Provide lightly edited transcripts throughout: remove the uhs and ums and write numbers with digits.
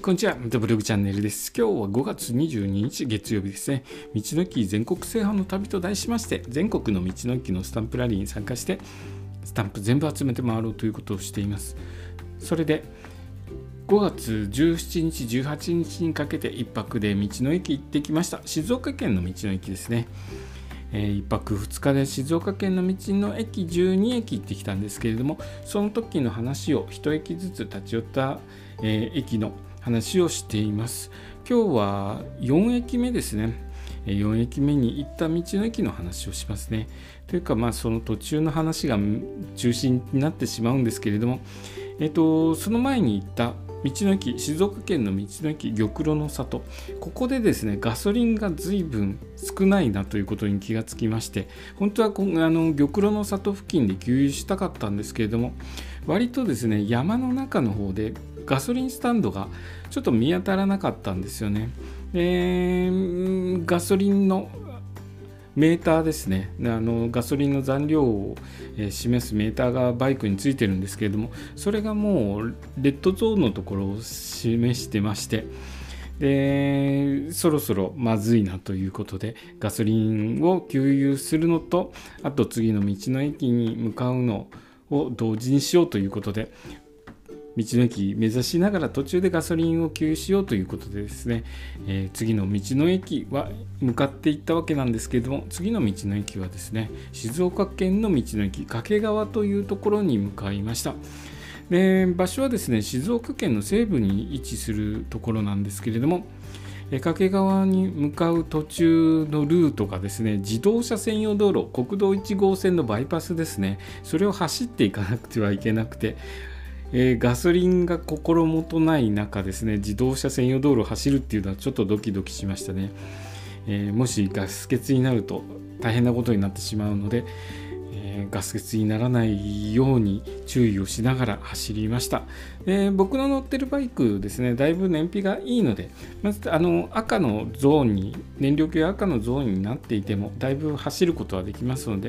こんにちは。ブログチャンネルです。今日は5月22日月曜日ですね。道の駅全国制覇の旅と題しまして、全国の道の駅のスタンプラリーに参加して、スタンプ全部集めて回ろうということをしています。それで、5月17日、18日にかけて1泊で道の駅行ってきました。静岡県の道の駅ですね。1泊2日で静岡県の道の駅12駅行ってきたんですけれども、その時の話を1駅ずつ立ち寄った、駅の話をしています。今日は4駅目ですね。4駅目に行った道の駅の話をしますね。というかその途中の話が中心になってしまうんですけれども、その前に行った道の駅、静岡県の道の駅玉露の里、ここでですねガソリンが随分少ないなということに気がつきまして、本当は玉露の里付近で給油したかったんですけれども、割とですね山の中の方でガソリンスタンドがちょっと見当たらなかったんですよね。ガソリンのメーターですね、ガソリンの残量を示すメーターがバイクについてるんですけれども、それがもうレッドゾーンのところを示してまして、でそろそろまずいなということでガソリンを給油するのと、あと次の道の駅に向かうのを同時にしようということで、道の駅目指しながら途中でガソリンを給油しようということでですね、次の道の駅は向かっていったわけなんですけれども、次の道の駅はですね静岡県の道の駅掛川というところに向かいました。で場所はですね静岡県の西部に位置するところなんですけれども、掛川に向かう途中のルートがですね自動車専用道路、国道1号線のバイパスですね。それを走っていかなくてはいけなくて、ガソリンが心もとない中ですね自動車専用道路を走るっていうのはちょっとドキドキしましたね。もしガス欠になると大変なことになってしまうので、ガス欠にならないように注意をしながら走りました。僕の乗ってるバイクですねだいぶ燃費がいいので、まず赤のゾーンに、燃料系赤のゾーンになっていてもだいぶ走ることはできますので、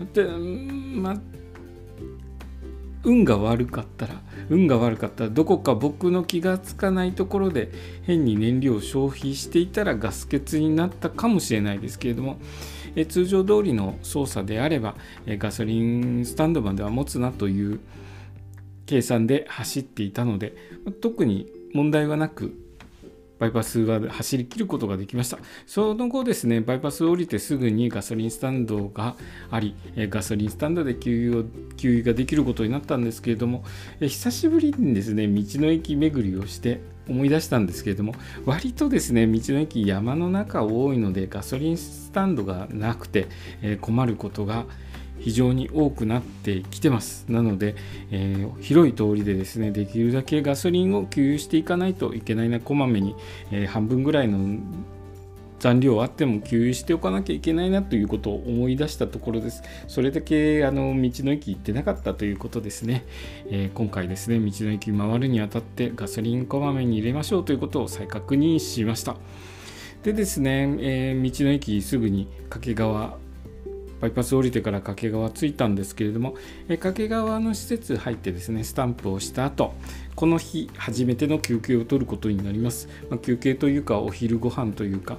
運が悪かったらどこか僕の気がつかないところで変に燃料を消費していたらガス欠になったかもしれないですけれども、通常通りの操作であればガソリンスタンドまでは持つなという計算で走っていたので、特に問題はなくバイパスは走り切ることができました。その後ですねバイパスを降りてすぐにガソリンスタンドがあり、ガソリンスタンドで給油ができることになったんですけれども、久しぶりにですね道の駅巡りをして思い出したんですけれども、割とですね道の駅山の中多いのでガソリンスタンドがなくて困ることが非常に多くなってきてます。なので、広い通りでですねできるだけガソリンを給油していかないといけないな、こまめに、半分ぐらいの残量あっても給油しておかなきゃいけないなということを思い出したところです。それだけ道の駅行ってなかったということですね。今回ですね道の駅回るにあたってガソリンこまめに入れましょうということを再確認しました。でですね、道の駅すぐに掛川バイパス降りてから掛川着いたんですけれども、掛川の施設入ってですねスタンプをした後、この日初めての休憩を取ることになります。休憩というかお昼ご飯というか、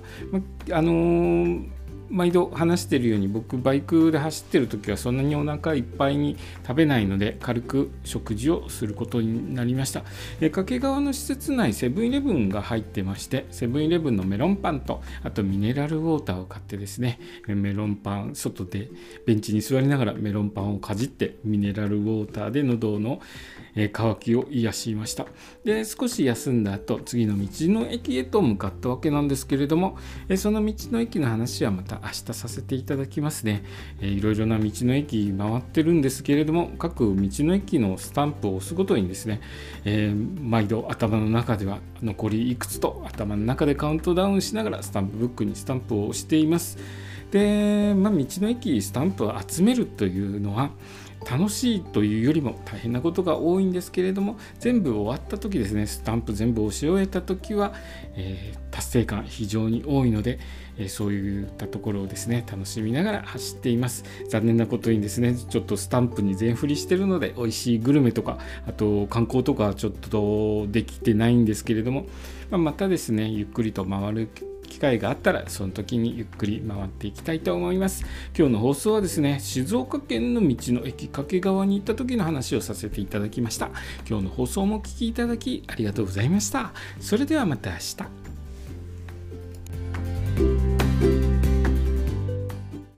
毎度話しているように僕バイクで走ってる時はそんなにお腹いっぱいに食べないので軽く食事をすることになりました。掛川の施設内セブンイレブンが入ってまして、セブンイレブンのメロンパンとあとミネラルウォーターを買ってですね、メロンパン外でベンチに座りながらメロンパンをかじってミネラルウォーターで喉の渇きを癒しました。で少し休んだ後次の道の駅へと向かったわけなんですけれども、その道の駅の話はまた明日させていただきますね。いろいろな道の駅回ってるんですけれども、各道の駅のスタンプを押すごとにですね、毎度頭の中では残りいくつと頭の中でカウントダウンしながらスタンプブックにスタンプを押しています。で、道の駅スタンプを集めるというのは楽しいというよりも大変なことが多いんですけれども、全部終わった時ですね、スタンプ全部押し終えた時は、達成感非常に多いので、そういったところをですね楽しみながら走っています。残念なことにですね、ちょっとスタンプに全振りしてるので、美味しいグルメとか、あと観光とかちょっとできてないんですけれども、またですねゆっくりと回る機会があったら、その時にゆっくり回っていきたいと思います。今日の放送はですね、静岡県の道の駅掛川に行った時の話をさせていただきました。今日の放送もお聞きいただきありがとうございました。それではまた明日。